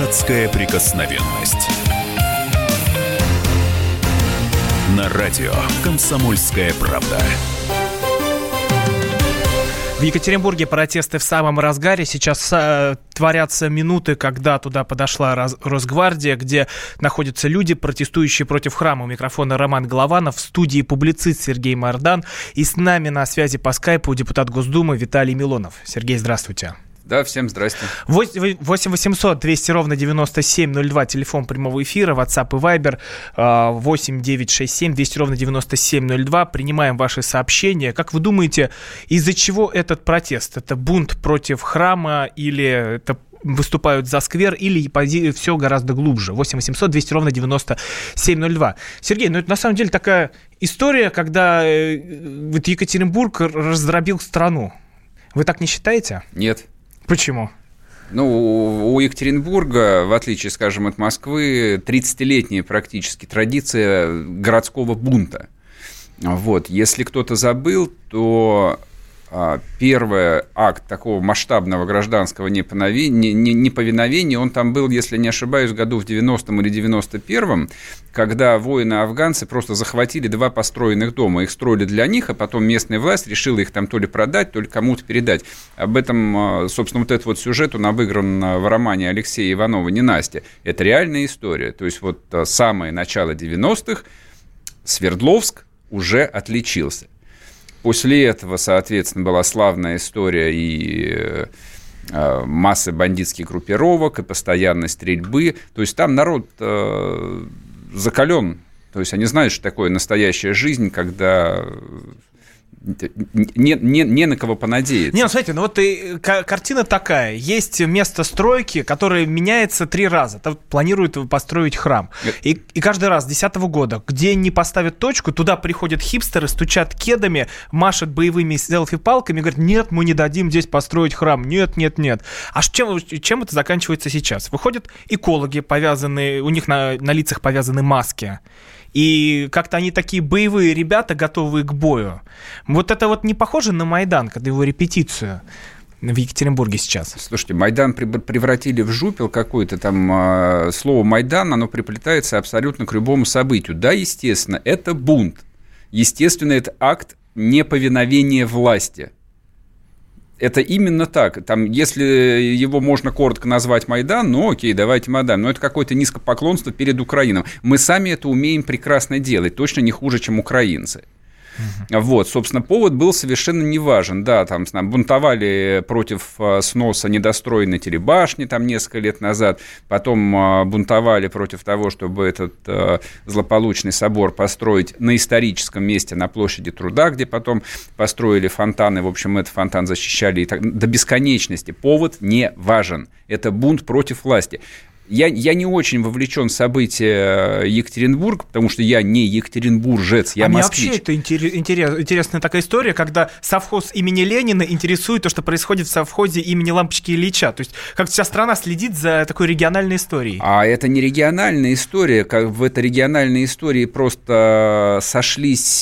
Детская прикосновенность. На радио «Комсомольская правда». В Екатеринбурге протесты в самом разгаре. Сейчас творятся минуты, когда туда подошла Росгвардия, где находятся люди, протестующие против храма. У микрофона Роман Голованов, в студии публицист Сергей Мардан. И с нами на связи по скайпу депутат Госдумы Виталий Милонов. Сергей, здравствуйте. Да, всем здрасте. 8 800 200 ровно 9702, телефон прямого эфира, WhatsApp и Viber 8 967 200 ровно 9702. Принимаем ваши сообщения. Как вы думаете, из-за чего этот протест? Это бунт против храма или это выступают за сквер, или все гораздо глубже? 8 800 200 ровно 9702. Сергей, это на самом деле такая история, когда Екатеринбург раздробил страну. Вы так не считаете? Нет. Почему? У Екатеринбурга, в отличие, скажем, от Москвы, 30-летняя практически традиция городского бунта. Если кто-то забыл, то первый акт такого масштабного гражданского неповиновения, он там был, если не ошибаюсь, году в 90-м или 91-м, когда воины-афганцы просто захватили 2 построенных дома. Их строили для них, а потом местная власть решила их там то ли продать, то ли кому-то передать. Об этом, собственно, этот сюжет, он обыгран в романе Алексея Иванова «Ненастье». Это реальная история. То есть самое начало 90-х Свердловск уже отличился. После этого, соответственно, была славная история и масса бандитских группировок, и постоянной стрельбы. То есть там народ закален. То есть они знают, что такое настоящая жизнь, когда не на кого понадеяться. Смотрите, картина такая. Есть место стройки, которое меняется 3 раза. Там планируют построить храм. И каждый раз, с 2010 года, где не поставят точку, туда приходят хипстеры, стучат кедами, машут боевыми селфи-палками, говорят: нет, мы не дадим здесь построить храм. Нет. А чем это заканчивается сейчас? Выходят экологи, повязанные, у них на лицах повязаны маски. И как-то они такие боевые ребята, готовые к бою. Это не похоже на Майдан, когда его репетицию в Екатеринбурге сейчас? Слушайте, Майдан превратили в жупел какой-то там. Слово «Майдан», оно приплетается абсолютно к любому событию. Да, естественно, это бунт. Естественно, это акт неповиновения власти. Это именно так. Там, если его можно коротко назвать Майдан, окей, давайте Майдан. Но это какое-то низкопоклонство перед Украиной. Мы сами это умеем прекрасно делать, точно не хуже, чем украинцы. Собственно, повод был совершенно неважен. Да, там бунтовали против сноса недостроенной телебашни там несколько лет назад, потом бунтовали против того, чтобы этот злополучный собор построить на историческом месте, на площади Труда, где потом построили фонтаны. В общем, этот фонтан защищали до бесконечности. Повод не важен. Это бунт против власти. Я не очень вовлечен в события Екатеринбурга, потому что я не екатеринбуржец, я москвич. Вообще это интересная такая история, когда совхоз имени Ленина интересует то, что происходит в совхозе имени Лампочки Ильича. То есть как вся страна следит за такой региональной историей. А это не региональная история. В этой региональной истории просто сошлось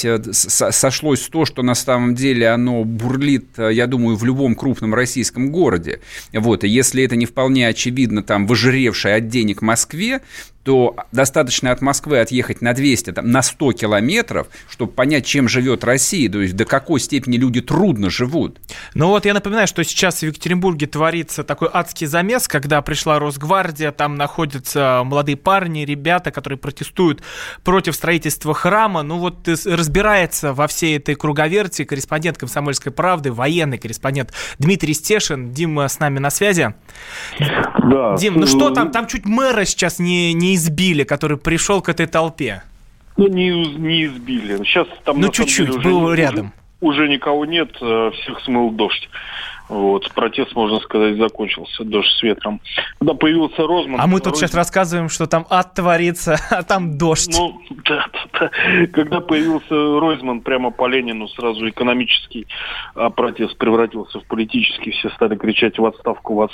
то, что на самом деле оно бурлит, я думаю, в любом крупном российском городе. И если это не вполне очевидно, там, выжиревшая от денег Москве, то достаточно от Москвы отъехать на 200, на 100 километров, чтобы понять, чем живет Россия, то есть до какой степени люди трудно живут. Я напоминаю, что сейчас в Екатеринбурге творится такой адский замес, когда пришла Росгвардия, там находятся молодые парни, ребята, которые протестуют против строительства храма. Разбирается во всей этой круговерти корреспондент «Комсомольской правды», военный корреспондент Дмитрий Стешин. Дима с нами на связи. Да. Дим, что там? Там чуть мэра сейчас не избили, который пришел к этой толпе. Не избили. Сейчас там чуть-чуть, был рядом. Уже никого нет, всех смыл дождь. Протест, можно сказать, закончился, дождь с ветром. Когда появился Ройзман... А мы тут сейчас рассказываем, что там ад творится, а там дождь. Да. Когда появился Ройзман прямо по Ленину, сразу экономический протест превратился в политический. Все стали кричать в отставку.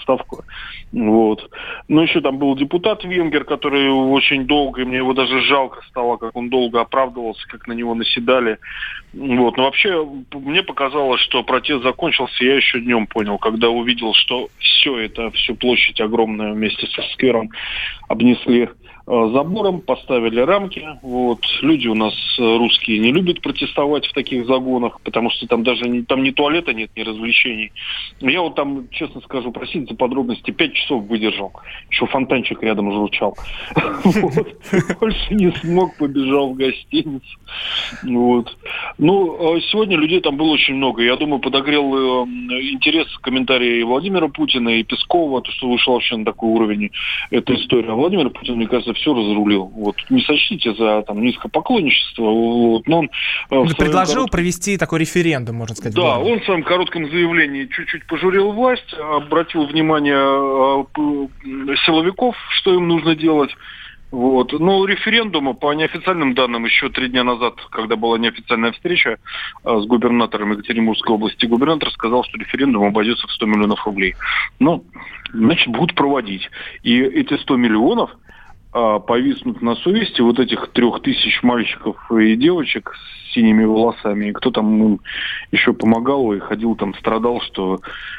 Еще там был депутат Венгер, который очень долго, и мне его даже жалко стало, как он долго оправдывался, как на него наседали. Но вообще, мне показалось, что протест закончился. Я еще днем первым понял, когда увидел, что всю площадь огромную вместе со сквером обнесли забором, поставили рамки. Вот. Люди у нас русские не любят протестовать в таких загонах, потому что там даже там ни туалета нет, ни развлечений. Я вот там, честно скажу, простите за подробности, 5 часов выдержал. Еще фонтанчик рядом журчал. Больше не смог, побежал в гостиницу. Ну, сегодня людей там было очень много. Я думаю, подогрел интерес комментарии Владимира Путина и Пескова, то, что вышло вообще на такой уровень эта история. А Владимир Путин, мне кажется, все разрулил. Вот. Не сочтите за там низкопоклонничество. Вот. Но он предложил провести такой референдум, можно сказать. Да, он в своем коротком заявлении чуть-чуть пожурил власть, обратил внимание силовиков, что им нужно делать. Вот. Но референдума, по неофициальным данным, еще 3 дня назад, когда была неофициальная встреча с губернатором Екатеринбургской области, губернатор сказал, что референдум обойдется в 100 миллионов рублей. Ну, значит, будут проводить. И эти 100 миллионов повиснут на совести вот этих 3000 мальчиков и девочек с синими волосами. И кто там еще помогал и ходил там, страдал, что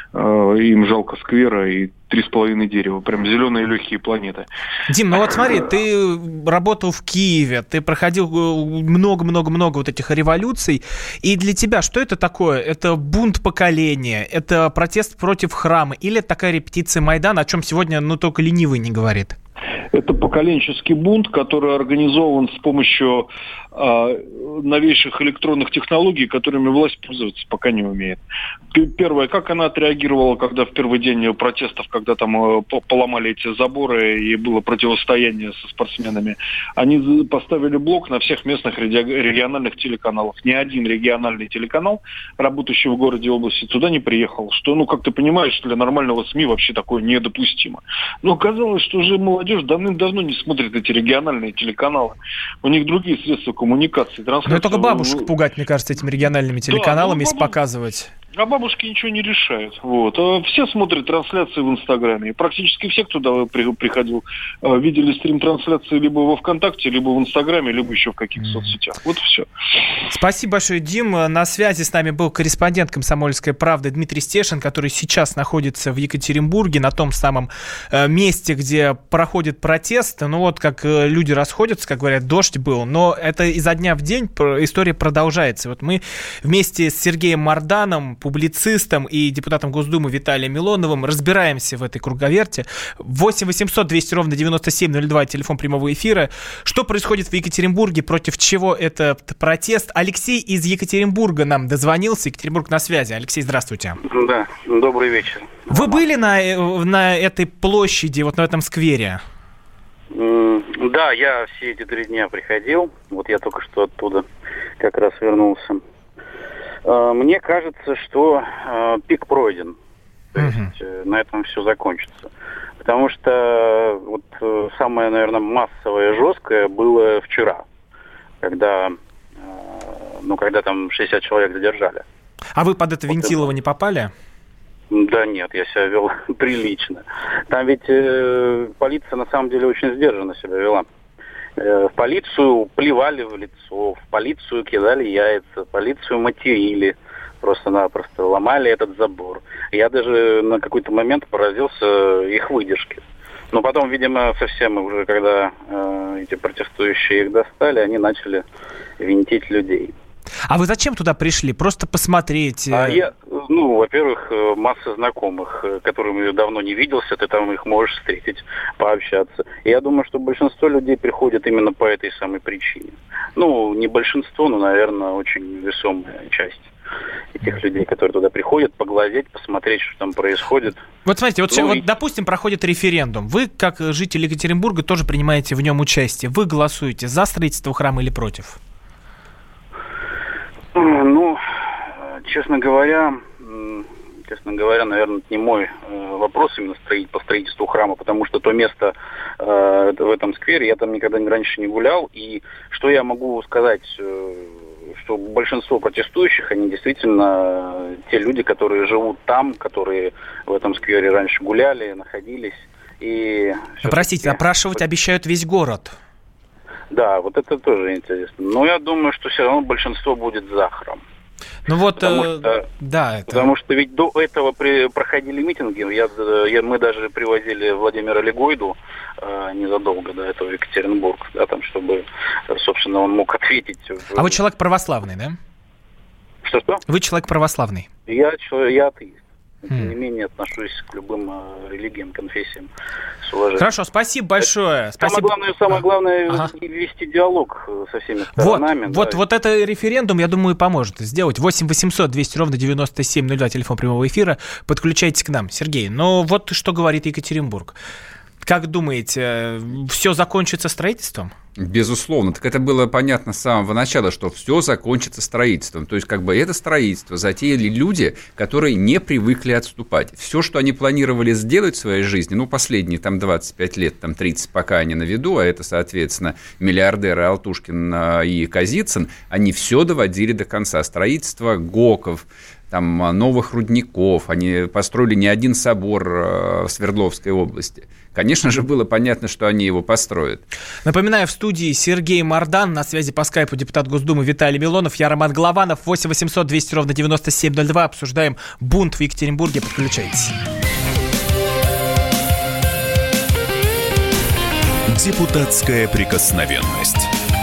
им жалко сквера и 3,5 дерева. Прям зеленые легкие планеты. Дим, ну вот смотри, ты работал в Киеве, ты проходил много-много-много вот этих революций. И для тебя что это такое? Это бунт поколения? Это протест против храма? Или это такая репетиция Майдана, о чем сегодня только ленивый не говорит? Это поколенческий бунт, который организован с помощью новейших электронных технологий, которыми власть пользоваться пока не умеет. Первое, как она отреагировала, когда в первый день протестов, когда там поломали эти заборы и было противостояние со спортсменами, они поставили блок на всех местных региональных телеканалах. Ни один региональный телеканал, работающий в городе и области, туда не приехал. Что, как ты понимаешь, для нормального СМИ вообще такое недопустимо. Но оказалось, что уже молодежь давным-давно не смотрит эти региональные телеканалы. У них другие средства коммуникации. Но только бабушек пугать, мне кажется, этими региональными телеканалами, если показывать. А бабушки ничего не решают. Вот. Все смотрят трансляции в Инстаграме. И практически все, кто туда приходил, видели стрим-трансляции либо во ВКонтакте, либо в Инстаграме, либо еще в каких-то соцсетях. Вот все. Спасибо большое, Дим. На связи с нами был корреспондент «Комсомольской правды» Дмитрий Стешин, который сейчас находится в Екатеринбурге, на том самом месте, где проходит протест. Ну вот, как люди расходятся, как говорят, дождь был. Но это изо дня в день история продолжается. Вот мы вместе с Сергеем Марданом, публицистом и депутатом Госдумы Виталием Милоновым разбираемся в этой круговерте. 8 800 200 ровно 9702, телефон прямого эфира. Что происходит в Екатеринбурге, против чего этот протест? Алексей из Екатеринбурга нам дозвонился. Екатеринбург на связи. Алексей, здравствуйте. Да, добрый вечер. Вы были на этой площади, вот на этом сквере? Да, я все эти 3 дня приходил. Вот я только что оттуда как раз вернулся. Мне кажется, что пик пройден. То есть на этом все закончится. Потому что вот самое, наверное, массовое, жесткое было вчера, когда там 60 человек задержали. А вы под это Вентилово не попали? Да нет, я себя вел прилично. Там ведь полиция на самом деле очень сдержанно себя вела. В полицию плевали в лицо, в полицию кидали яйца, полицию материли, просто-напросто ломали этот забор. Я даже на какой-то момент поразился их выдержке. Но потом, видимо, совсем уже, когда эти протестующие их достали, они начали винтить людей. А вы зачем туда пришли? Просто посмотреть? Во-первых, масса знакомых, которыми давно не виделся, ты там их можешь встретить, пообщаться. И я думаю, что большинство людей приходят именно по этой самой причине. Не большинство, но, наверное, очень весомая часть этих людей, которые туда приходят, поглазеть, посмотреть, что там происходит. Вот смотрите, вот, допустим, проходит референдум. Вы, как житель Екатеринбурга, тоже принимаете в нем участие. Вы голосуете за строительство храма или против? Честно говоря, наверное, это не мой вопрос именно по строительству храма, потому что то место в этом сквере, я там никогда раньше не гулял. И что я могу сказать, что большинство протестующих, они действительно те люди, которые живут там, которые в этом сквере раньше гуляли, находились. И простите, опрашивать обещают весь город. Да, вот это тоже интересно. Но я думаю, что все равно большинство будет за храм. Ну вот, да, это... Потому что ведь до этого проходили митинги. Мы даже привозили Владимира Легойду незадолго до этого в Екатеринбург, да, там, чтобы, собственно, он мог ответить. А вы человек православный, да? Что? Вы человек православный? Я атеист. Тем не менее, отношусь к любым религиям, конфессиям с уважением. Хорошо, спасибо большое. Самое главное вести диалог со всеми сторонами. Вот это референдум, я думаю, поможет сделать. 8 800 200 ровно 9702, телефон прямого эфира. Подключайтесь к нам. Сергей, вот что говорит Екатеринбург. Как думаете, все закончится строительством? Безусловно. Так это было понятно с самого начала, что все закончится строительством. То есть, это строительство затеяли люди, которые не привыкли отступать. Все, что они планировали сделать в своей жизни, последние 25 лет, 30, пока они на виду, а это, соответственно, миллиардеры Алтушкин и Казицын, они все доводили до конца. Строительство ГОКов, новых рудников, они построили не один собор в Свердловской области. Конечно же, было понятно, что они его построят. Напоминаю, в студии Сергей Мардан, на связи по скайпу депутат Госдумы Виталий Милонов, я Роман Голованов, 8 800 200 ровно 9702, обсуждаем бунт в Екатеринбурге, подключайтесь. Депутатская прикосновенность.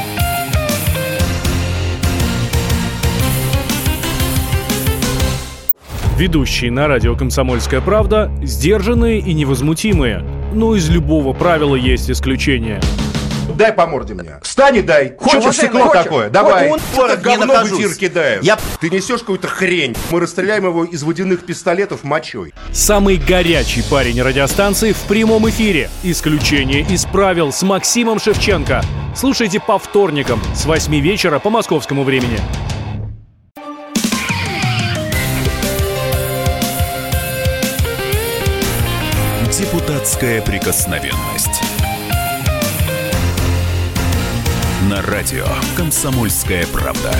Ведущие на радио «Комсомольская правда» сдержанные и невозмутимые. Но из любого правила есть исключение. Дай по морде мне. Встань и дай. Хочешь стекло такое? Давай. Что-то говно в эфир кидаешь. Ты несешь какую-то хрень. Мы расстреляем его из водяных пистолетов мочой. Самый горячий парень радиостанции в прямом эфире. Исключение из правил с Максимом Шевченко. Слушайте по вторникам с 8 вечера по московскому времени. Депутатская прикосновенность. На радио «Комсомольская правда».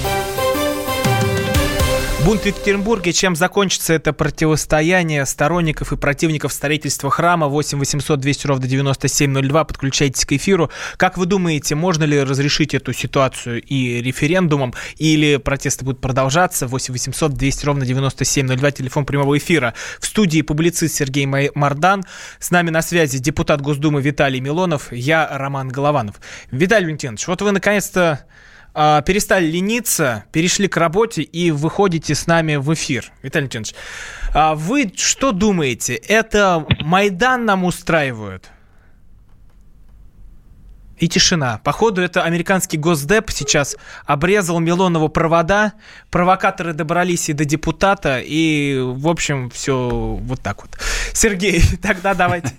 Бунт в Екатеринбурге. Чем закончится это противостояние сторонников и противников строительства храма? 8 800 200 ровно 9702. Подключайтесь к эфиру. Как вы думаете, можно ли разрешить эту ситуацию и референдумом, или протесты будут продолжаться? 8 800 200 ровно 9702. Телефон прямого эфира. В студии публицист Сергей Мардан. С нами на связи депутат Госдумы Виталий Милонов. Я Роман Голованов. Виталий Валентинович, вот вы наконец-то перестали лениться, перешли к работе и выходите с нами в эфир. Виталий Валентинович, вы что думаете? Это Майдан нам устраивают? И тишина. Походу, это американский Госдеп сейчас обрезал Милонову провода, провокаторы добрались и до депутата, и, в общем, все вот так вот. Сергей, тогда давайте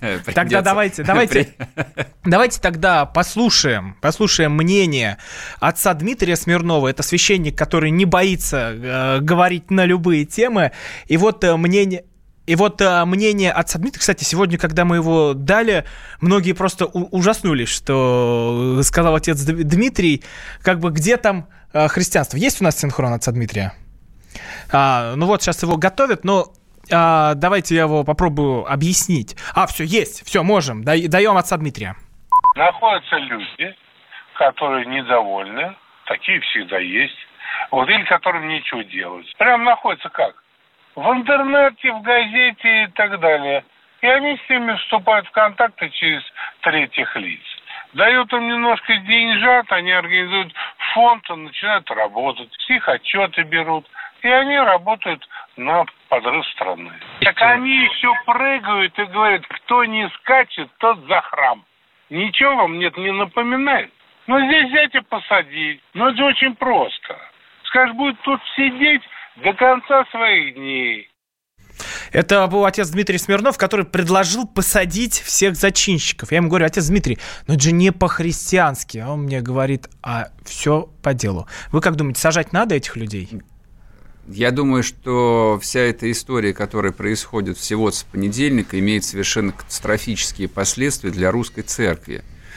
тогда послушаем мнение отца Дмитрия Смирнова. Это священник, который не боится говорить на любые темы. И вот мнение отца Дмитрия, кстати, сегодня, когда мы его дали, многие просто ужаснулись, что сказал отец Дмитрий, где там христианство. Есть у нас синхрон отца Дмитрия? Сейчас его готовят, но давайте я его попробую объяснить. Все, есть, все, можем, даем отца Дмитрия. Находятся люди, которые недовольны, такие всегда есть, или которым нечего делать. Прям находятся как? В интернете, в газете и так далее. И они с ними вступают в контакты через третьих лиц. Дают им немножко деньжат, они организуют фонд, начинают работать. С них отчеты берут. И они работают на подрыв страны. Так они еще прыгают и говорят, кто не скачет, тот за храм. Ничего вам не напоминает? Здесь взять и посадить. Это очень просто. Скажешь, будет тут сидеть до конца своих дней. Это был отец Дмитрий Смирнов, который предложил посадить всех зачинщиков. Я ему говорю: отец Дмитрий, это же не по-христиански. А он мне говорит: все по делу. Вы как думаете, сажать надо этих людей? Я думаю, что вся эта история, которая происходит всего с понедельника, имеет совершенно катастрофические последствия для русской церкви.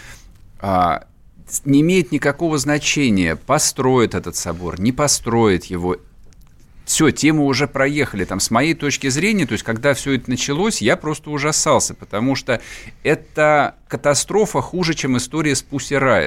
Не имеет никакого значения, построит этот собор, не построит его. Все, тему уже проехали. С моей точки зрения, то есть, когда все это началось, я просто ужасался, потому что это катастрофа хуже, чем история с Pussy Riot.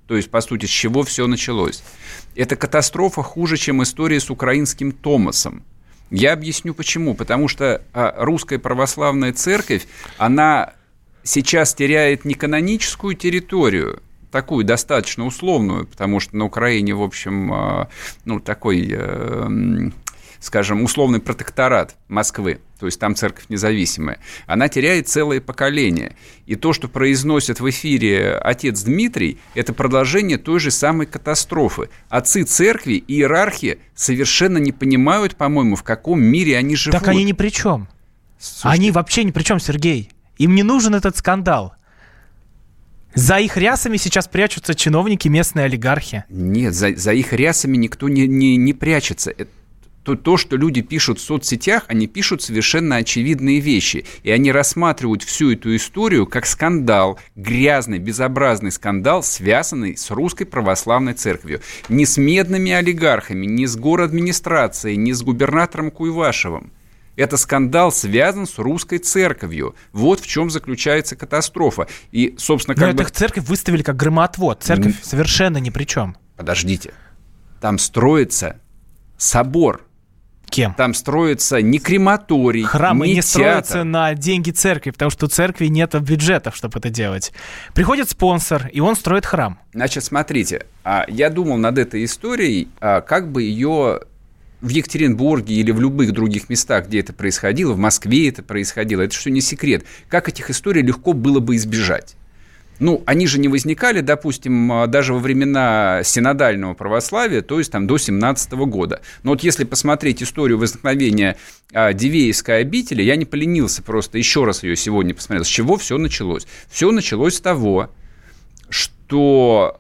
то есть, по сути, с чего все началось. Это катастрофа хуже, чем история с украинским Томасом. Я объясню почему. Потому что русская православная церковь, она сейчас теряет не каноническую территорию, такую достаточно условную, потому что на Украине, в общем, такой, скажем, условный протекторат Москвы, то есть там церковь независимая, она теряет целое поколение. И то, что произносит в эфире отец Дмитрий, это продолжение той же самой катастрофы. Отцы церкви, иерархи совершенно не понимают, по-моему, в каком мире они живут. Так они ни при чем. Слушайте, они вообще ни при чем, Сергей. Им не нужен этот скандал. За их рясами сейчас прячутся чиновники, местные олигархи. Нет, за их рясами никто не прячется. То, что люди пишут в соцсетях, они пишут совершенно очевидные вещи. И они рассматривают всю эту историю как скандал, грязный, безобразный скандал, связанный с Русской Православной Церковью. Не с медными олигархами, не с городадминистрацией, не с губернатором Куйвашевым. Это скандал связан с Русской Церковью. Вот в чем заключается катастрофа. И, собственно, Но эту церковь выставили как громоотвод. Церковь совершенно ни при чем. Подождите. Там строится собор. Кем? Там строится не крематорий, храмы не театр. Строятся на деньги церкви, потому что у церкви нет бюджетов, чтобы это делать. Приходит спонсор, и он строит храм. Значит, смотрите, я думал над этой историей, как бы ее в Екатеринбурге или в любых других местах, где это происходило, в Москве это происходило, это что не секрет, как этих историй легко было бы избежать. Они же не возникали, допустим, даже во времена синодального православия, то есть там до 17 года. Но вот если посмотреть историю возникновения Дивеевской обители, я не поленился просто еще раз ее сегодня посмотрел. С чего все началось? Все началось с того, что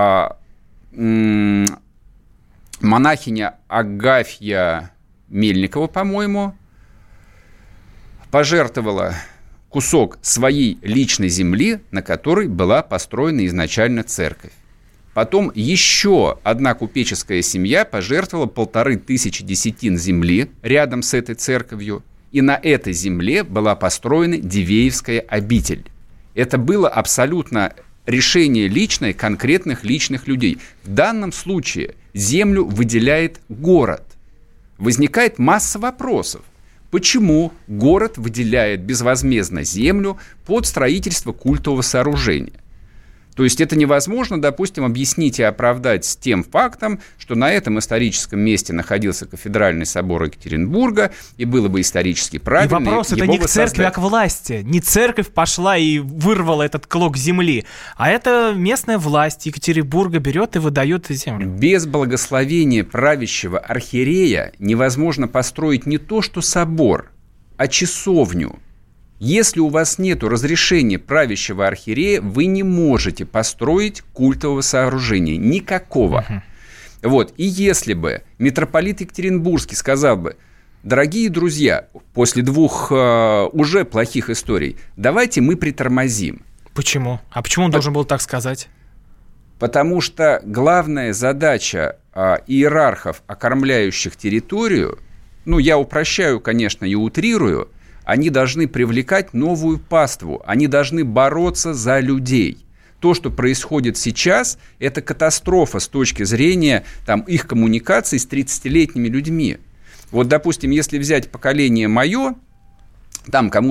монахиня Агафья Мельникова, по-моему, пожертвовала кусок своей личной земли, на которой была построена изначально церковь. Потом еще одна купеческая семья пожертвовала 1500 десятин земли рядом с этой церковью, и на этой земле была построена Дивеевская обитель. Это было абсолютно решение личное конкретных личных людей. В данном случае землю выделяет город. Возникает масса вопросов. Почему город выделяет безвозмездно землю под строительство культового сооружения? То есть это невозможно, допустим, объяснить и оправдать тем фактом, что на этом историческом месте находился кафедральный собор Екатеринбурга, и было бы исторически правильно. И вопрос это не к церкви, а к власти. Не церковь пошла и вырвала этот клок земли, а это местная власть Екатеринбурга берет и выдает землю. Без благословения правящего архиерея невозможно построить не то что собор, а часовню. Если у вас нет разрешения правящего архиерея, вы не можете построить культового сооружения. Никакого. Вот. И если бы митрополит Екатеринбургский сказал бы: дорогие друзья, после двух уже плохих историй, давайте мы притормозим. Почему? А почему он должен был так сказать? Потому что главная задача иерархов, окормляющих территорию, я упрощаю, конечно, и утрирую, они должны привлекать новую паству, они должны бороться за людей. То, что происходит сейчас, это катастрофа с точки зрения их коммуникаций с 30-летними людьми. Вот, допустим, если взять поколение мое, кому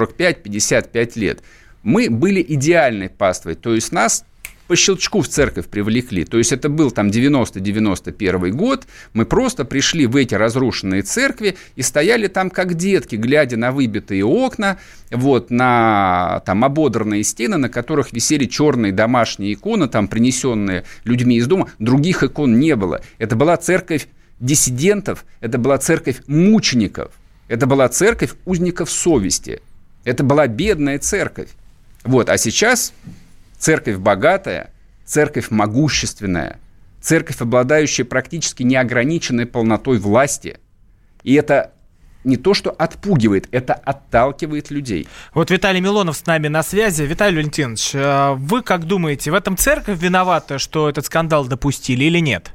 45-55 лет, мы были идеальной паствой, то есть нас по щелчку в церковь привлекли. То есть это был 90-91 год, мы просто пришли в эти разрушенные церкви и стояли там как детки, глядя на выбитые окна, на ободранные стены, на которых висели черные домашние иконы, принесенные людьми из дома. Других икон не было. Это была церковь диссидентов, это была церковь мучеников, это была церковь узников совести. Это была бедная церковь. А сейчас церковь богатая, церковь могущественная, церковь, обладающая практически неограниченной полнотой власти. И это не то, что отпугивает, это отталкивает людей. Вот Виталий Милонов с нами на связи. Виталий Валентинович, вы как думаете, в этом церковь виновата, что этот скандал допустили или нет?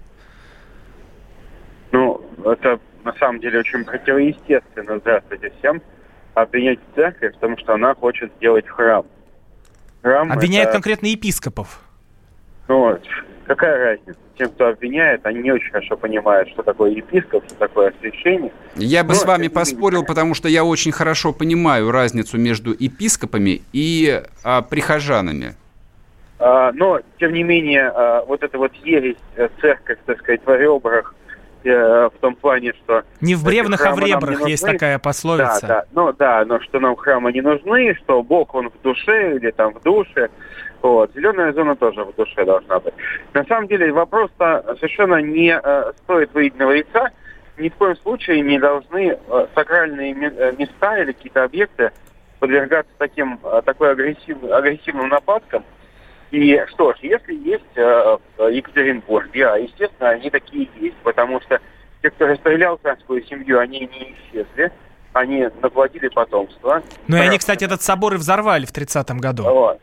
Это на самом деле очень противоестественно, здравствуйте всем, обвинять церковь, потому что она хочет сделать храм. Обвиняет конкретно епископов. Ну, какая разница? Тем, кто обвиняет, они не очень хорошо понимают, что такое епископ, что такое освящение. Я бы с вами поспорил, потому что я очень хорошо понимаю разницу между епископами и прихожанами. Но, тем не менее, вот эта вот ересь, церковь, так сказать, в ребрах, в том плане, что... Не в бревнах, а в ребрах есть такая пословица. Но что нам храмы не нужны, что Бог, он в душе или там в душе. Вот. Зеленая зона тоже в душе должна быть. На самом деле вопрос-то совершенно не стоит выеденного яйца. Ни в коем случае не должны сакральные места или какие-то объекты подвергаться такой агрессивным нападкам. И что ж, если есть в Екатеринбурге, естественно, они такие есть, потому что те, кто расстрелял царскую семью, они не исчезли, они наплодили потомство. Ну и они, кстати, этот собор и взорвали в 30-м году.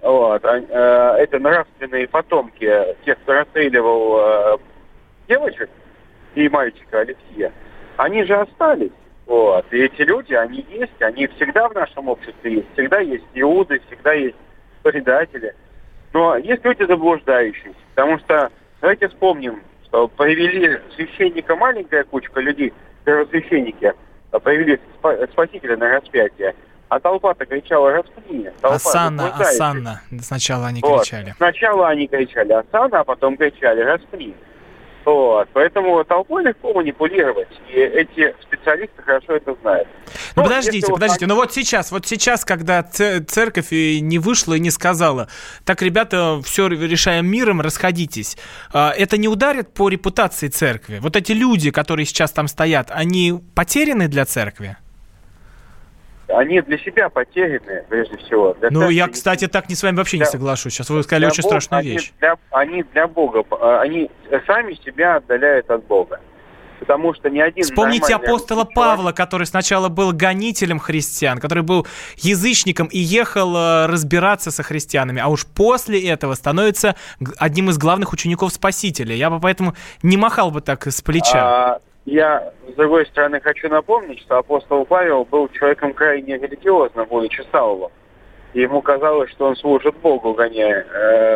Это нравственные потомки тех, кто расстреливал девочек и мальчика Алексея. Они же остались. Вот. И эти люди, они есть, они всегда в нашем обществе есть. Всегда есть иуды, всегда есть предатели. Но есть люди заблуждающиеся, потому что давайте вспомним, что привели священника маленькая кучка людей, первосвященники, привели спасителя на распятие, а толпа-то кричала «распни». Осанна. Сначала они кричали. Сначала они кричали «осанна», а потом кричали «распни». Вот. Поэтому толпой легко манипулировать, и эти специалисты хорошо это знают. Ну, подождите, но вот сейчас, когда церковь не вышла и не сказала, так, ребята, все решаем миром, расходитесь, это не ударит по репутации церкви? Вот эти люди, которые сейчас там стоят, они потеряны для церкви? Они для себя потеряны, прежде всего. Я, кстати, так с вами вообще не соглашусь. Сейчас вы сказали очень страшную вещь. Они для Бога, они сами себя отдаляют от Бога. Потому что ни один... Вспомните апостола Павла, который сначала был гонителем христиан, который был язычником и ехал разбираться со христианами, а уж после этого становится одним из главных учеников Спасителя. Я бы поэтому не махал бы так с плеча. Я, с другой стороны, хочу напомнить, что апостол Павел был человеком крайне религиозным, будучи Саулом. И ему казалось, что он служит Богу, гоняя,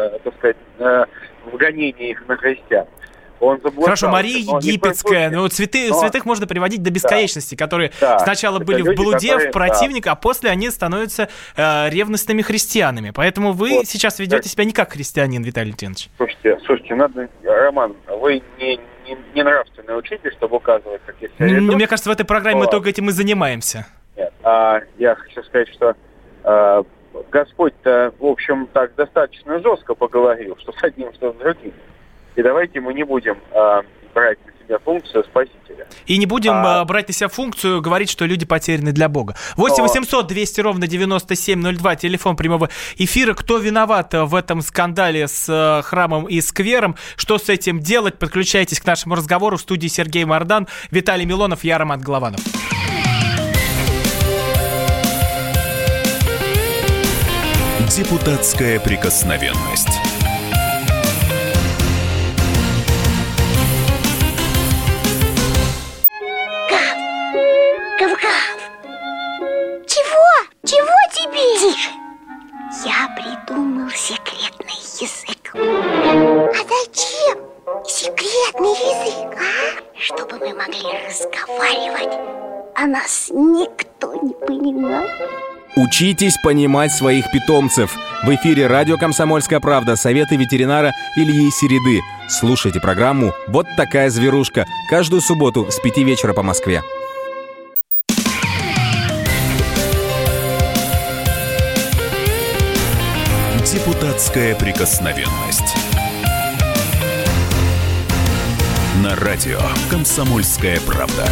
в гонении их на христиан. Хорошо, Мария Египетская, святых можно приводить до бесконечности, которые сначала были в блуде, в противник, а после они становятся ревностными христианами. Поэтому вы сейчас ведете себя не как христианин, Виталий Леонидович. Слушайте, Роман, вы не нравственный учитель, чтобы указывать, как я себя веду. Мне кажется, в этой программе мы только этим и занимаемся. Нет, я хочу сказать, что Господь-то, в общем, так достаточно жестко поговорил, что с одним, что с другим. И давайте мы не будем брать на себя функцию спасителя. И не будем брать на себя функцию говорить, что люди потеряны для Бога. 8 800 200 ровно 9702, телефон прямого эфира. Кто виноват в этом скандале с храмом и сквером? Что с этим делать? Подключайтесь к нашему разговору. В студии Сергей Мардан, Виталий Милонов, я Роман Голованов. Депутатская прикосновенность. Чего тебе? Тише. Я придумал секретный язык. А зачем секретный язык, Чтобы мы могли разговаривать, а нас никто не понимал. Учитесь понимать своих питомцев. В эфире радио «Комсомольская правда». Советы ветеринара Ильи Середы. Слушайте программу «Вот такая зверушка» каждую субботу с 5 вечера по Москве. Депутатская прикосновенность. На радио «Комсомольская правда».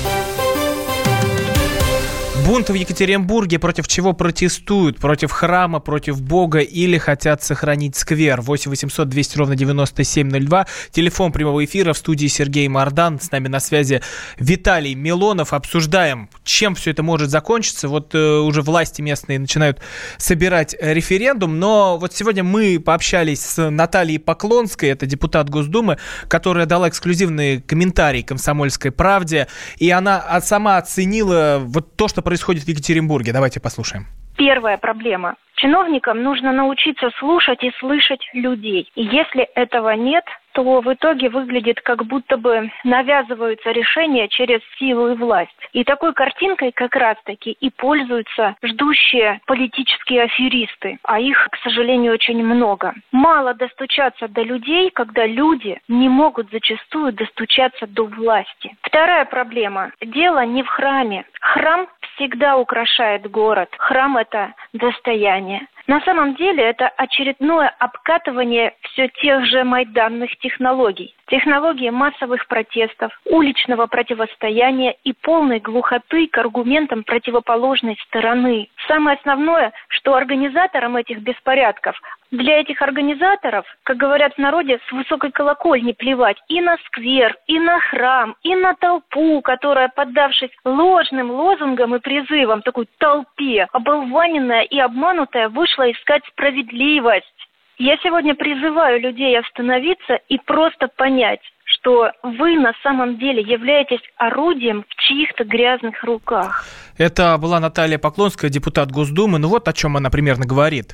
Бунт в Екатеринбурге, против чего протестуют? Против храма, против Бога или хотят сохранить сквер? 8 800 200 ровно 9702. Телефон прямого эфира, в студии Сергей Мардан. С нами на связи Виталий Милонов. Обсуждаем, чем все это может закончиться. Вот уже власти местные начинают собирать референдум. Но вот сегодня мы пообщались с Натальей Поклонской, это депутат Госдумы, которая дала эксклюзивный комментарий «Комсомольской правде». И она сама оценила вот то, что происходит в Екатеринбурге. Давайте послушаем. Первая проблема. Чиновникам нужно научиться слушать и слышать людей. И если этого нет, то в итоге выглядит, как будто бы навязываются решения через силу и власть. И такой картинкой как раз-таки и пользуются ждущие политические аферисты. А их, к сожалению, очень много. Мало достучаться до людей, когда люди не могут зачастую достучаться до власти. Вторая проблема. Дело не в храме. Храм всегда украшает город. Храм – это достояние. На самом деле это очередное обкатывание все тех же майданных технологий. Технологии массовых протестов, уличного противостояния и полной глухоты к аргументам противоположной стороны. Самое основное, что организаторам этих беспорядков, для этих организаторов, как говорят в народе, с высокой колокольни плевать и на сквер, и на храм, и на толпу, которая, поддавшись ложным лозунгам и призывам, такой толпе, оболваненная и обманутая, вышла искать справедливость. Я сегодня призываю людей остановиться и просто понять, что вы на самом деле являетесь орудием в чьих-то грязных руках. Это была Наталья Поклонская, депутат Госдумы. Ну вот о чем она примерно говорит.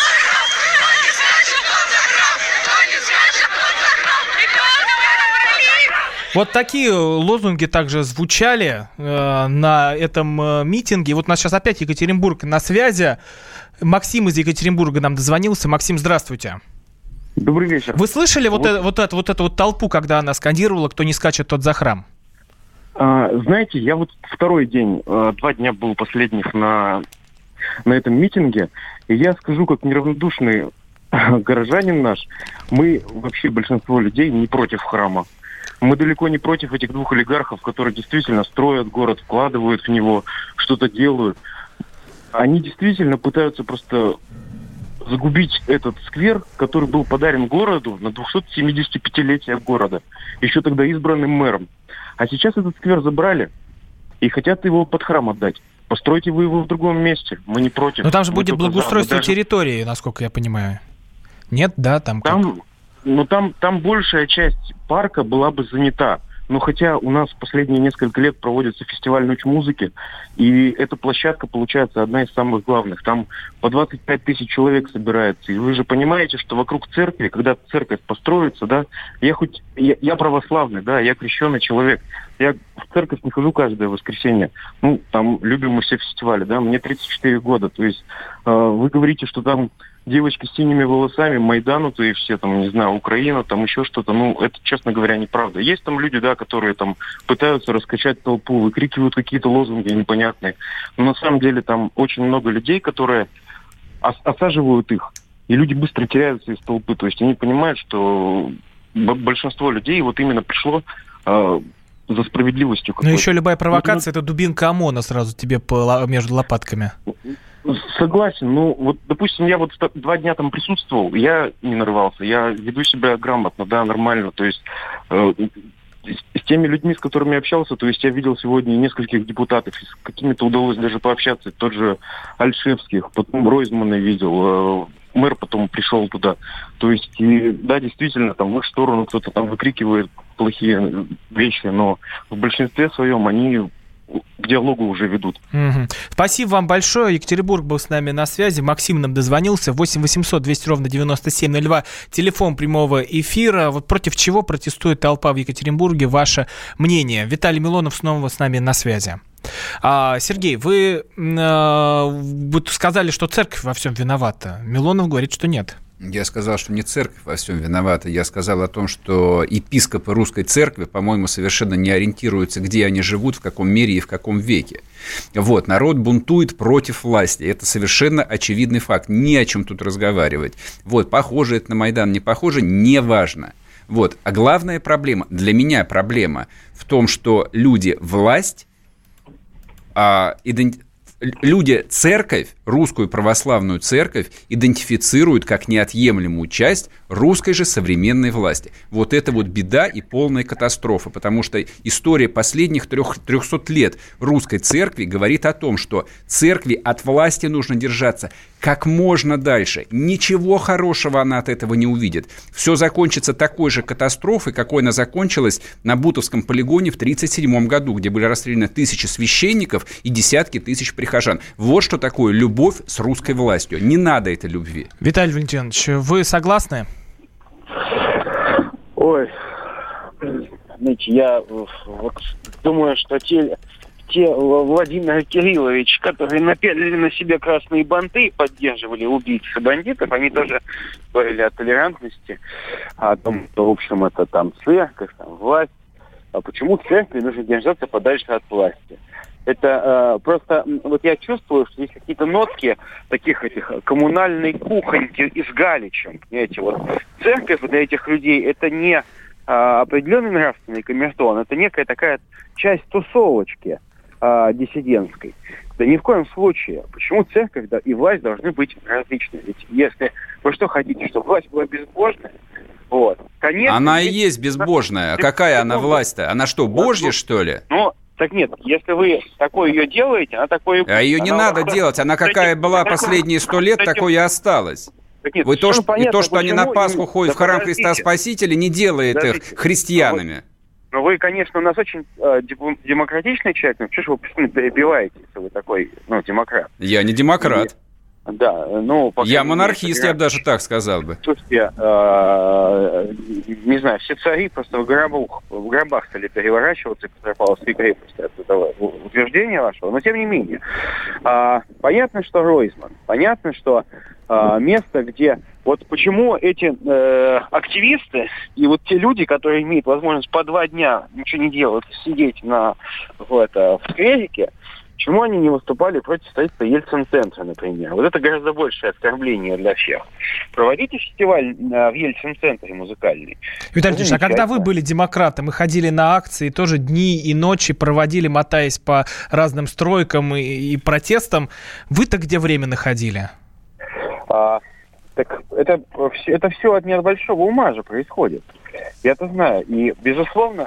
Вот такие лозунги также звучали на этом митинге. Вот у нас сейчас опять Екатеринбург на связи. Максим из Екатеринбурга нам дозвонился. Максим, здравствуйте. Добрый вечер. Вы слышали вот эту толпу, когда она скандировала «Кто не скачет, тот за храм»? Знаете, я вот второй день, 2 дня был последних на этом митинге, и я скажу, как неравнодушный горожанин наш, мы вообще, большинство людей, не против храма. Мы далеко не против этих 2 олигархов, которые действительно строят город, вкладывают в него, что-то делают. Они действительно пытаются просто загубить этот сквер, который был подарен городу на 275-летие города, еще тогда избранным мэром. А сейчас этот сквер забрали и хотят его под храм отдать. Постройте вы его в другом месте, мы не против. Но там же будет благоустройство территории, насколько я понимаю. Нет, да, там... Там большая часть парка была бы занята. Но хотя у нас последние несколько лет проводится фестиваль «Ночь музыки», и эта площадка, получается, одна из самых главных. Там по 25 тысяч человек собирается. И вы же понимаете, что вокруг церкви, когда церковь построится, да, я православный, да, я крещеный человек. Я в церковь не хожу каждое воскресенье. Там любим мы все фестивали, да, мне 34 года. То есть вы говорите, что там девочки с синими волосами, майданутые все, там, не знаю, Украина, там еще что-то. Это, честно говоря, неправда. Есть там люди, да, которые там пытаются раскачать толпу, выкрикивают какие-то лозунги непонятные. Но на самом деле там очень много людей, которые осаживают их, и люди быстро теряются из толпы. То есть они понимают, что большинство людей вот именно пришло за справедливостью. Но еще любая провокация – это дубинка ОМОНа сразу тебе между лопатками. Согласен. Вот, допустим, я вот 2 дня там присутствовал, я не нарывался, я веду себя грамотно, да, нормально. То есть с теми людьми, с которыми я общался, то есть я видел сегодня нескольких депутатов, с какими-то удалось даже пообщаться, тот же Альшевских, потом Ройзмана видел, мэр потом пришел туда. То есть, да, действительно, там в их сторону кто-то там выкрикивает плохие вещи, но в большинстве своем они к диалогу уже ведут. Угу. Спасибо вам большое. Екатеринбург был с нами на связи. Максим нам дозвонился. 8 800 200 ровно 9702. Телефон прямого эфира. Вот против чего протестует толпа в Екатеринбурге? Ваше мнение. Виталий Милонов снова с нами на связи. Сергей, вы сказали, что церковь во всем виновата. Милонов говорит, что нет. Я сказал, что не церковь во всем виновата. Я сказал о том, что епископы русской церкви, по-моему, совершенно не ориентируются, где они живут, в каком мире и в каком веке. Вот, народ бунтует против власти. Это совершенно очевидный факт. Не о чем тут разговаривать. Вот, похоже это на Майдан, не похоже, неважно. Вот, а главная проблема, для меня проблема в том, что люди власть, люди церковь, русскую православную церковь идентифицируют как неотъемлемую часть русской же современной власти. Вот это вот беда и полная катастрофа, потому что история последних 300 лет русской церкви говорит о том, что церкви от власти нужно держаться как можно дальше. Ничего хорошего она от этого не увидит. Все закончится такой же катастрофой, какой она закончилась на Бутовском полигоне в 1937 году, где были расстреляны 1000 священников и десятки тысяч прихожан. Вот что такое любовь любовь с русской властью. Не надо этой любви. Виталий Валентинович, вы согласны? Ой, знаете, я вот думаю, что те Владимир Кириллович, которые напялили на себя красные банты и поддерживали убийц и бандитов, они тоже говорили о толерантности, о том, что, в общем, это там церковь, там власть. А почему церкви нужно держаться подальше от власти? Это просто, вот я чувствую, что есть какие-то нотки таких этих коммунальной кухоньки и с Галичем. Понимаете, вот церковь для этих людей это не определенный нравственный камертон, это некая такая часть тусовочки диссидентской. Да ни в коем случае. Почему церковь и власть должны быть различны? Ведь если вы что хотите, чтобы власть была безбожная, вот, конечно... Она и есть безбожная. А какая она власть-то? Она что, Божья, что ли? Ну, так нет, если вы такое ее делаете, она такое... А ее не надо делать. Она какая была последние 100 лет, такой и осталась. Нет, вы то, понятно, что они на Пасху ходят в храм Христа Спасителя, не делает их христианами. Ну, вы, конечно, у нас очень демократичный человек, но что ж вы постоянно перебиваете, если вы такой, демократ? Я не демократ. Да, я монархист, я бы даже так сказал бы. Слушайте, не знаю, все цари просто в гробах стали переворачиваться, Петропавловской крепости от этого утверждения вашего, но тем не менее. Понятно, что Ройзман, понятно, что место, где... Вот почему эти активисты и вот те люди, которые имеют возможность по 2 дня ничего не делать, сидеть в скверике, почему они не выступали против строительства Ельцин-центра, например? Вот это гораздо большее оскорбление для всех. Проводите фестиваль в Ельцин-центре музыкальный. Виталий Ильич, а когда вы были демократом и ходили на акции, тоже дни и ночи проводили, мотаясь по разным стройкам и протестам, вы-то где время находили? Так это все от небольшого ума же происходит. Я это знаю. И, безусловно,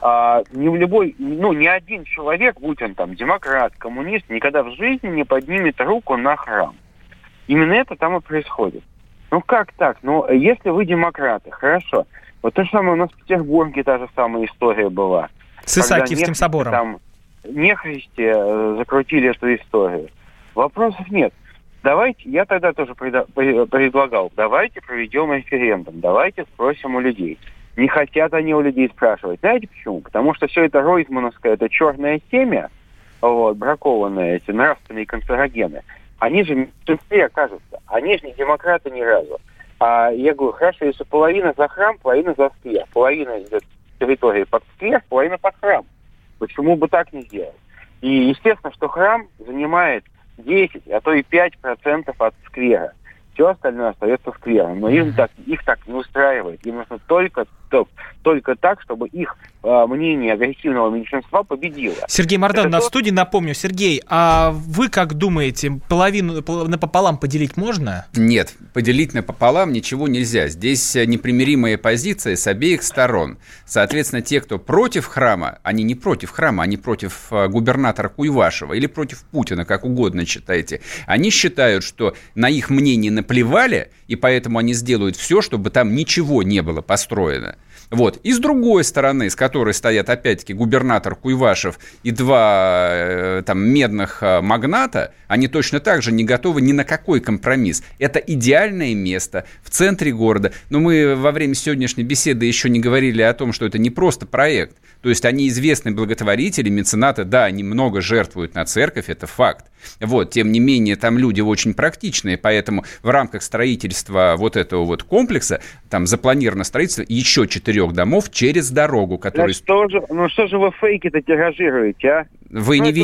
ни один человек, будь он там демократ, коммунист, никогда в жизни не поднимет руку на храм. Именно это там и происходит. Ну как так? Если вы демократы, хорошо. Вот то же самое у нас в Петербурге та же самая история была. С Исаакиевским собором. Там нехристи закрутили эту историю. Вопросов нет. Давайте, я тогда тоже предлагал, давайте проведем референдум, давайте спросим у людей. Не хотят они у людей спрашивать. Знаете почему? Потому что все это ройзмановское, это черное семя, бракованные эти нравственные канцерогены, они же, кажется, они же не демократы ни разу. А я говорю, хорошо, если половина за храм, половина за сквер. Половина идет с территории под сквер, половина под храм. Почему бы так не сделать? И естественно, что храм занимает 10, а то и 5% от сквера. Все остальное остается сквером. Но их так не устраивает. Им нужно только так, чтобы их мнение агрессивного меньшинства победило. Сергей Мордан на студии, напомню. Сергей, а вы как думаете, половину напополам поделить можно? Нет, поделить напополам ничего нельзя. Здесь непримиримая позиция с обеих сторон. Соответственно, те, кто против храма, они не против храма, они против губернатора Куйвашева или против Путина, как угодно считайте. Они считают, что на их мнение наплевали, и поэтому они сделают все, чтобы там ничего не было построено. Вот. И с другой стороны, с которой стоят, опять-таки, губернатор Куйвашев и 2 медных магната, они точно так же не готовы ни на какой компромисс. Это идеальное место в центре города. Но мы во время сегодняшней беседы еще не говорили о том, что это не просто проект. То есть они известные благотворители, меценаты, да, они много жертвуют на церковь, это факт. Вот, тем не менее, там люди очень практичные, поэтому в рамках строительства вот этого вот комплекса там запланировано строительство еще 4 домов через дорогу, которые... Что же вы фейки-то тиражируете, а? Вы не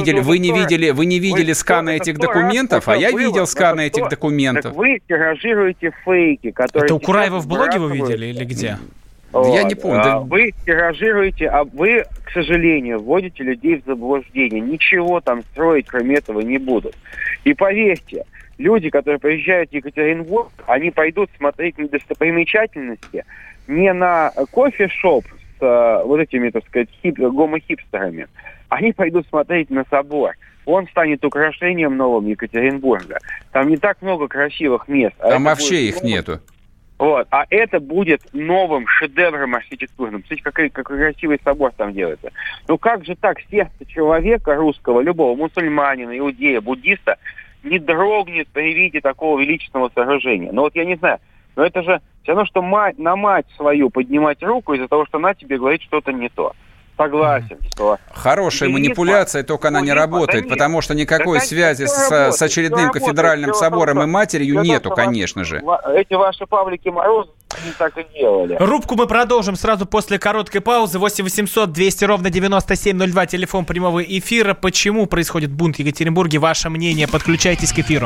видели сканы этих документов, а я видел сканы этих документов. Так вы тиражируете фейки, которые... Это у Кураева в блоге вы видели или где? Я не помню. Вы тиражируете, а вы, к сожалению, вводите людей в заблуждение. Ничего там строить, кроме этого, не будут. И поверьте, люди, которые приезжают в Екатеринбург, они пойдут смотреть на достопримечательности не на кофе-шоп с вот этими, так сказать, гомо-хипстерами. Они пойдут смотреть на собор. Он станет украшением новым Екатеринбурга. Там не так много красивых мест. Там вообще их нету. Вот. А это будет новым шедевром архитектурным. Смотрите, какой красивый собор там делается. Ну как же так сердце человека русского, любого мусульманина, иудея, буддиста не дрогнет при виде такого величественного сооружения. Но вот я не знаю, но это же все равно, что на мать свою поднимать руку из-за того, что она тебе говорит что-то не то. Согласен, что... Хорошая манипуляция, только она не работает, потому что никакой связи с очередным кафедральным собором и матерью нету, конечно же. Эти ваши Павлики Морозы не так и делали. Рубку мы продолжим сразу после короткой паузы. 8 800 200 ровно 9702, телефон прямого эфира. Почему происходит бунт в Екатеринбурге? Ваше мнение, подключайтесь к эфиру.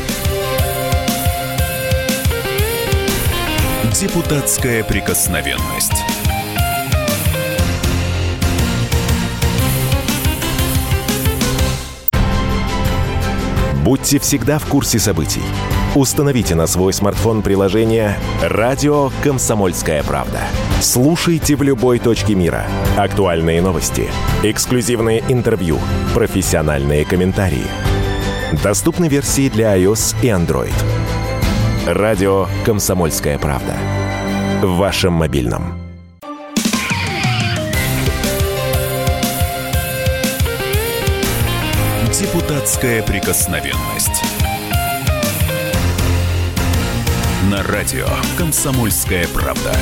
Депутатская прикосновенность. Будьте всегда в курсе событий. Установите на свой смартфон приложение «Радио Комсомольская правда». Слушайте в любой точке мира. Актуальные новости, эксклюзивные интервью, профессиональные комментарии. Доступны версии для iOS и Android. «Радио Комсомольская правда». В вашем мобильном. Депутатская прикосновенность. На радио «Комсомольская правда».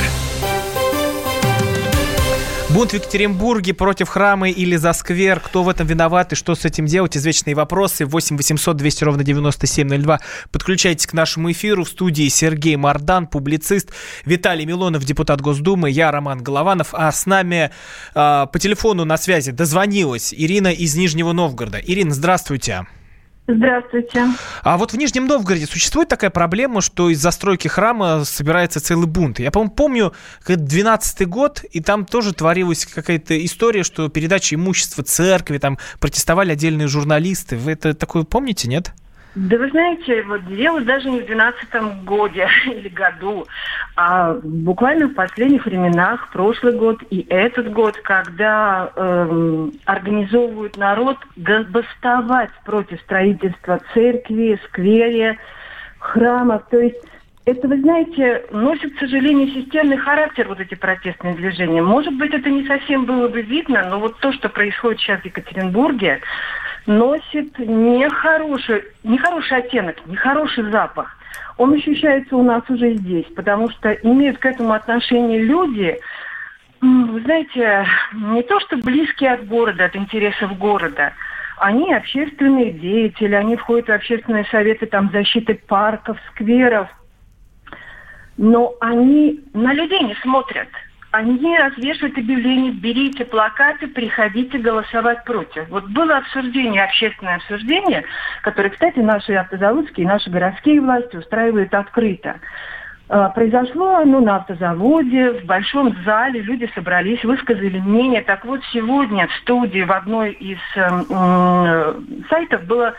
Бунт в Екатеринбурге против храма или за сквер. Кто в этом виноват и что с этим делать? Извечные вопросы. 8 800 200 ровно 9702. Подключайтесь к нашему эфиру. В студии Сергей Мардан, публицист, Виталий Милонов, депутат Госдумы, я Роман Голованов. А с нами по телефону на связи дозвонилась Ирина из Нижнего Новгорода. Ирина, здравствуйте. Здравствуйте. А вот в Нижнем Новгороде существует такая проблема, что из застройки храма собирается целый бунт. Я, по-моему, помню, 12-й год, и там тоже творилась какая-то история, что передача имущества церкви, там протестовали отдельные журналисты. Вы это такое помните, нет? Да вы знаете, вот дело даже не в 12-м годе или году, а буквально в последних временах, прошлый год и этот год, когда организовывают народ бастовать против строительства церкви, сквере, храмов. То есть это, вы знаете, носит, к сожалению, системный характер вот эти протестные движения. Может быть, это не совсем было бы видно, но вот то, что происходит сейчас в Екатеринбурге, носит нехороший оттенок, нехороший запах. Он ощущается у нас уже здесь, потому что имеют к этому отношение люди, вы знаете, не то что близкие от города, от интересов города. Они общественные деятели, они входят в общественные советы защиты парков, скверов. Но они на людей не смотрят. Они развешивают объявления: берите плакаты, приходите голосовать против. Вот было обсуждение, общественное обсуждение, которое, кстати, наши автозаводские, наши городские власти устраивают открыто. Произошло оно на автозаводе, в большом зале, люди собрались, высказали мнение. Так вот, сегодня в студии в одной из сайтов было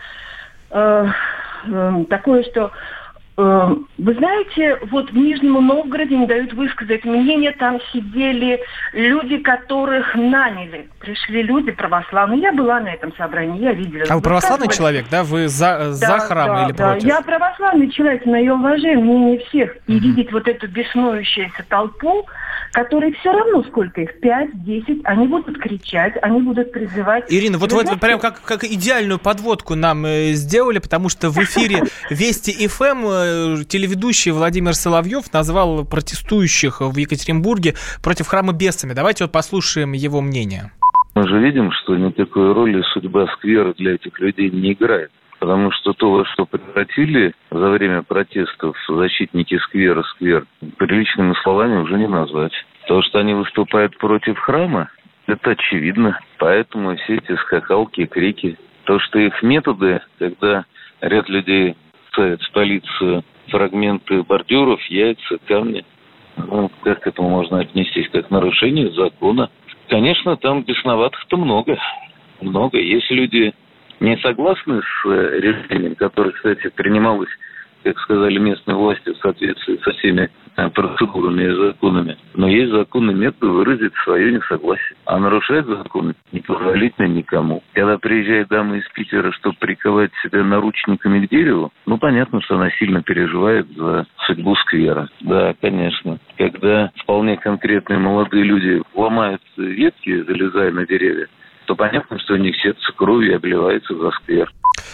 такое, что... Вы знаете, вот в Нижнем Новгороде не дают высказать мнение, там сидели люди, которых наняли. Пришли люди православные. Я была на этом собрании, я видела. А вы православный человек, да? Вы за храм или против? Я православный человек, но я уважаю мнение всех. И видеть вот эту беснующуюся толпу, которые все равно, сколько их, 5-10, они будут кричать, они будут призывать. Ирина, вот вы прям как идеальную подводку нам сделали, потому что в эфире Вести ФМ телеведущий Владимир Соловьев назвал протестующих в Екатеринбурге против храма бесами. Давайте вот послушаем его мнение. Мы же видим, что никакой роли судьба сквера для этих людей не играет. Потому что то, во что превратили за время протестов защитники сквер, приличными словами уже не назвать. То, что они выступают против храма, это очевидно. Поэтому все эти скакалки, крики. То, что их методы, когда ряд людей ставят в столицу фрагменты бордюров, яйца, камни, как к этому можно отнестись, как нарушение закона? Конечно, там бесноватых-то много. Много. Есть люди не согласны с решением, которое, кстати, принималось, как сказали местные власти, в соответствии со всеми процедурами и законами. Но есть законный метод выразить свое несогласие. А нарушать законы непозволительно никому. Когда приезжает дама из Питера, чтобы приковать себя наручниками к дереву, понятно, что она сильно переживает за судьбу сквера. Да, конечно. Когда вполне конкретные молодые люди ломают ветки, залезая на деревья, то понятно, что у них сердце кровью обливается за сквер.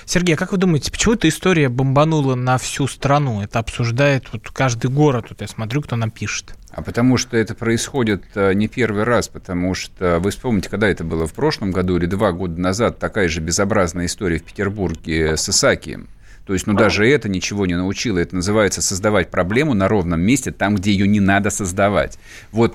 Сергей, как вы думаете, почему эта история бомбанула на всю страну? Это обсуждает вот каждый город, вот я смотрю, кто нам пишет. А потому что это происходит не первый раз, потому что вы вспомните, когда это было в прошлом году или 2 года назад, такая же безобразная история в Петербурге с Исаакием. То есть, даже это ничего не научило. Это называется создавать проблему на ровном месте, там, где ее не надо создавать. Вот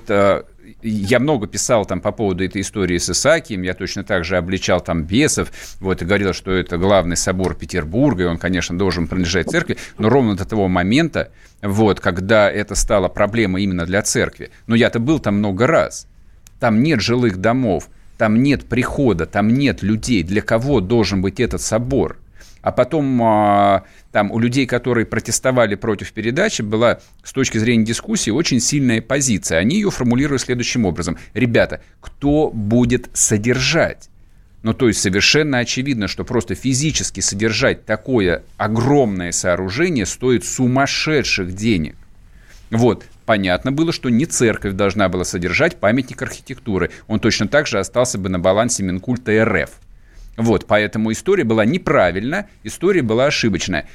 я много писал там по поводу этой истории с Исаакием, я точно так же обличал там бесов, вот, и говорил, что это главный собор Петербурга, и он, конечно, должен принадлежать церкви, но ровно до того момента, вот, когда это стало проблемой именно для церкви. Но я-то был там много раз. Там нет жилых домов, там нет прихода, там нет людей. Для кого должен быть этот собор? А потом там у людей, которые протестовали против передачи, была с точки зрения дискуссии очень сильная позиция. Они ее формулируют следующим образом. Ребята, кто будет содержать? Ну, то есть совершенно очевидно, что просто физически содержать такое огромное сооружение стоит сумасшедших денег. Вот. Понятно было, что не церковь должна была содержать памятник архитектуры. Он точно так же остался бы на балансе Минкульта РФ. Вот, поэтому история была неправильна, история была ошибочная.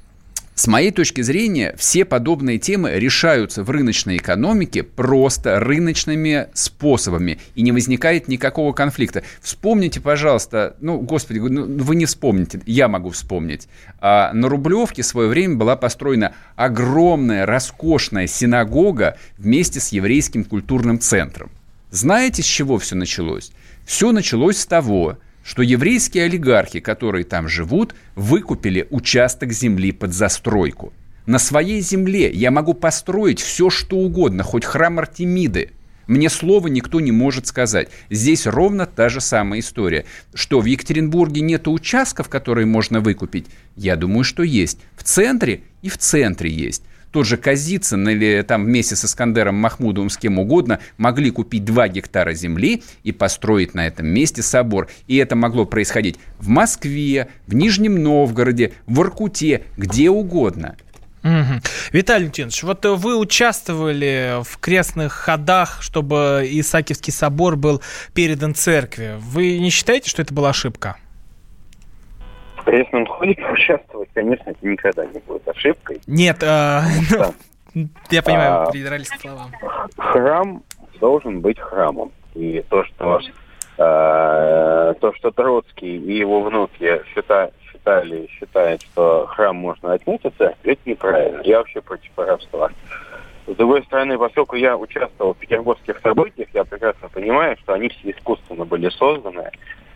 С моей точки зрения, все подобные темы решаются в рыночной экономике просто рыночными способами, и не возникает никакого конфликта. Вспомните, пожалуйста, господи, вы не вспомните, я могу вспомнить. На Рублевке в свое время была построена огромная, роскошная синагога вместе с еврейским культурным центром. Знаете, с чего все началось? Все началось с того, что еврейские олигархи, которые там живут, выкупили участок земли под застройку. На своей земле я могу построить все, что угодно, хоть храм Артемиды. Мне слова никто не может сказать. Здесь ровно та же самая история. Что, в Екатеринбурге нет участков, которые можно выкупить? Я думаю, что есть. В центре и в центре есть. Тот же Казицын или там вместе с Искандером Махмудовым, с кем угодно, могли купить 2 гектара земли и построить на этом месте собор. И это могло происходить в Москве, в Нижнем Новгороде, в Воркуте, где угодно. Угу. Виталий Леонтьевич, вот вы участвовали в крестных ходах, чтобы Исаакиевский собор был передан церкви. Вы не считаете, что это была ошибка? В крестном ходе участвовать, конечно, это никогда не будет ошибкой. Нет, я понимаю, придрались к словам. Храм должен быть храмом. И то, что Троцкий и его внуки считают, что храм можно отнять от церкви, это неправильно. Я вообще против воровства. С другой стороны, поскольку я участвовал в петербургских событиях, я прекрасно понимаю, что они все искусственно созданы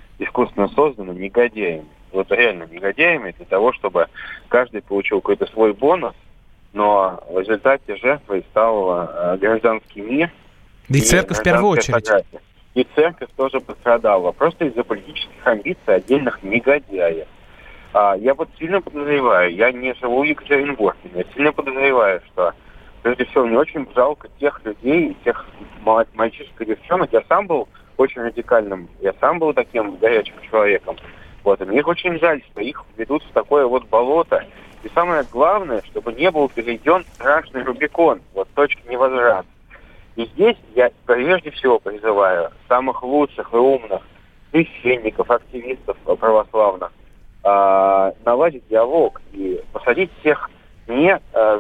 негодяями. Вот реально негодяями для того, чтобы каждый получил какой-то свой бонус, но в результате жертвой стал гражданский мир. Да и церковь в первую очередь. И церковь тоже пострадала. Просто из-за политических амбиций отдельных негодяев. Я вот сильно подозреваю, я не живу в Екатеринбурге, но я сильно подозреваю, что, прежде всего, мне очень жалко тех людей, тех мальчишек и девчонок. Я сам был очень радикальным, я сам был таким горячим человеком. Вот, и мне их очень жаль, что их ведут в такое вот болото. И самое главное, чтобы не был перейден страшный Рубикон, вот точка невозврата. И здесь я прежде всего призываю самых лучших и умных священников, активистов православных наладить диалог и посадить всех не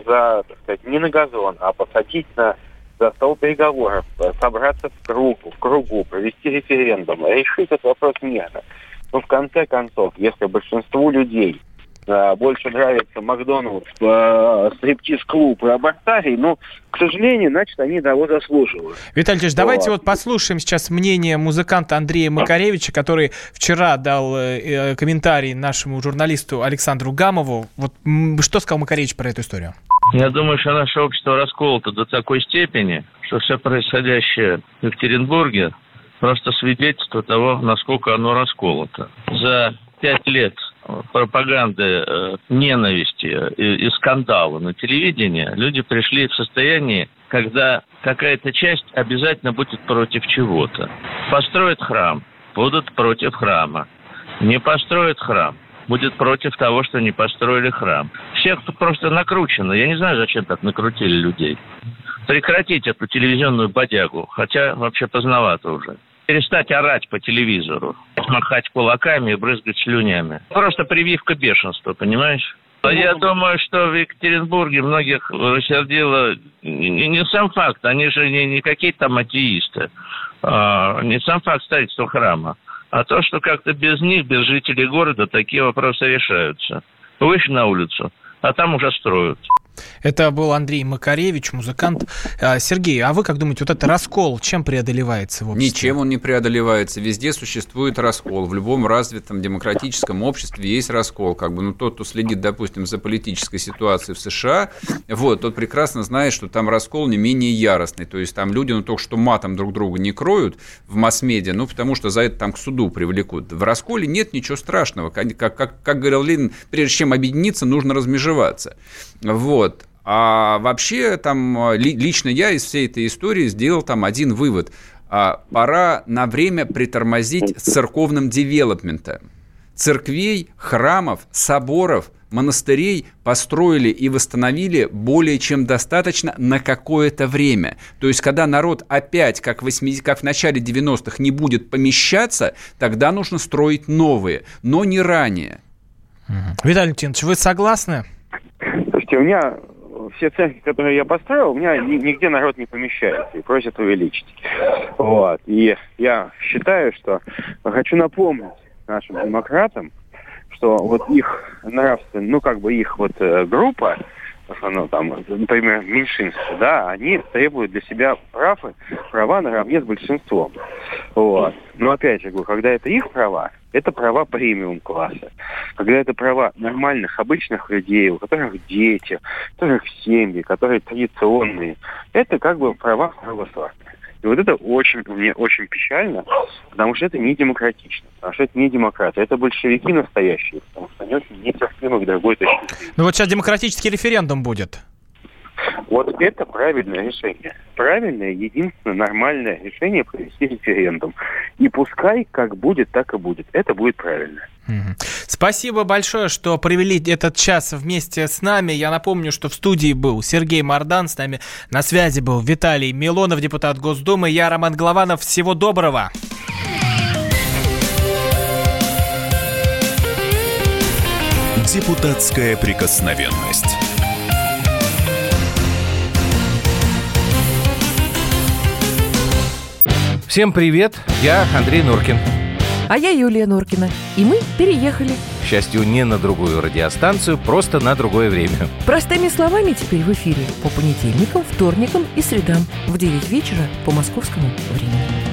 на газон, а посадить за стол переговоров, собраться в кругу, провести референдум, решить этот вопрос мирно. Но в конце концов, если большинству людей больше нравится Макдональдс, стриптиз-клуб и абортарий, к сожалению, значит, они того заслуживают. Виталий Ильич, давайте вот послушаем сейчас мнение музыканта Андрея Макаревича, который вчера дал комментарий нашему журналисту Александру Гамову. Вот что сказал Макаревич про эту историю? Я думаю, что наше общество расколото до такой степени, что все происходящее в Екатеринбурге просто свидетельство того, насколько оно расколото. За 5 лет пропаганды ненависти и скандала на телевидении люди пришли в состояние, когда какая-то часть обязательно будет против чего-то. Построят храм, будут против храма. Не построят храм, будет против того, что не построили храм. Всех просто накручено. Я не знаю, зачем так накрутили людей. Прекратить эту телевизионную бодягу, хотя вообще поздновато уже. перестать орать по телевизору, махать кулаками и брызгать слюнями. Просто прививка бешенства, понимаешь? Я думаю, что в Екатеринбурге многих рассердило не сам факт, они же не какие-то там атеисты, не сам факт строительства храма, а то, что как-то без них, без жителей города такие вопросы решаются. Вышли на улицу, а там уже строят. Это был Андрей Макаревич, музыкант. Сергей, а вы как думаете, вот этот раскол чем преодолевается в обществе? Ничем он не преодолевается. Везде существует раскол. В любом развитом демократическом обществе есть раскол. Тот, кто следит, допустим, за политической ситуацией в США, тот прекрасно знает, что там раскол не менее яростный. То есть там люди, только что матом друг друга не кроют в масс-медиа, потому что за это там к суду привлекут. В расколе нет ничего страшного. Как говорил Ленин, прежде чем объединиться, нужно размежеваться. А вообще, лично я из всей этой истории сделал один вывод. Пора на время притормозить с церковным девелопментом. Церквей, храмов, соборов, монастырей построили и восстановили более чем достаточно на какое-то время. То есть, когда народ опять, как в начале 90-х, не будет помещаться, тогда нужно строить новые, но не ранее. Виталий Валентинович, вы согласны? Слушайте, у меня все церкви, которые я построил, у меня нигде народ не помещается и просят увеличить. И я считаю, что хочу напомнить нашим демократам, что их нравственная, их группа, например, меньшинство, да, они требуют для себя права наравне с большинством. Но опять же говорю, когда это их права, это права премиум-класса. Когда это права нормальных, обычных людей, у которых дети, у которых семьи, которые традиционные, это права православные. И это мне очень печально, потому что это не демократично, потому что это не демократия, это большевики настоящие, потому что они очень нетерпимы к другой точке зрения. Сейчас демократический референдум будет. Это правильное решение. Правильное, единственное нормальное решение провести референдум. И пускай как будет, так и будет. Это будет правильно. Спасибо большое, что провели этот час вместе с нами. Я напомню, что в студии был Сергей Мардан, с нами на связи был Виталий Милонов, депутат Госдумы. Я Роман Голованов. Всего доброго. Депутатская прикосновенность. Всем привет, я Андрей Норкин. А я Юлия Норкина. И мы переехали. К счастью, не на другую радиостанцию, просто на другое время. Простыми словами теперь в эфире по понедельникам, вторникам и средам в 9 вечера по московскому времени.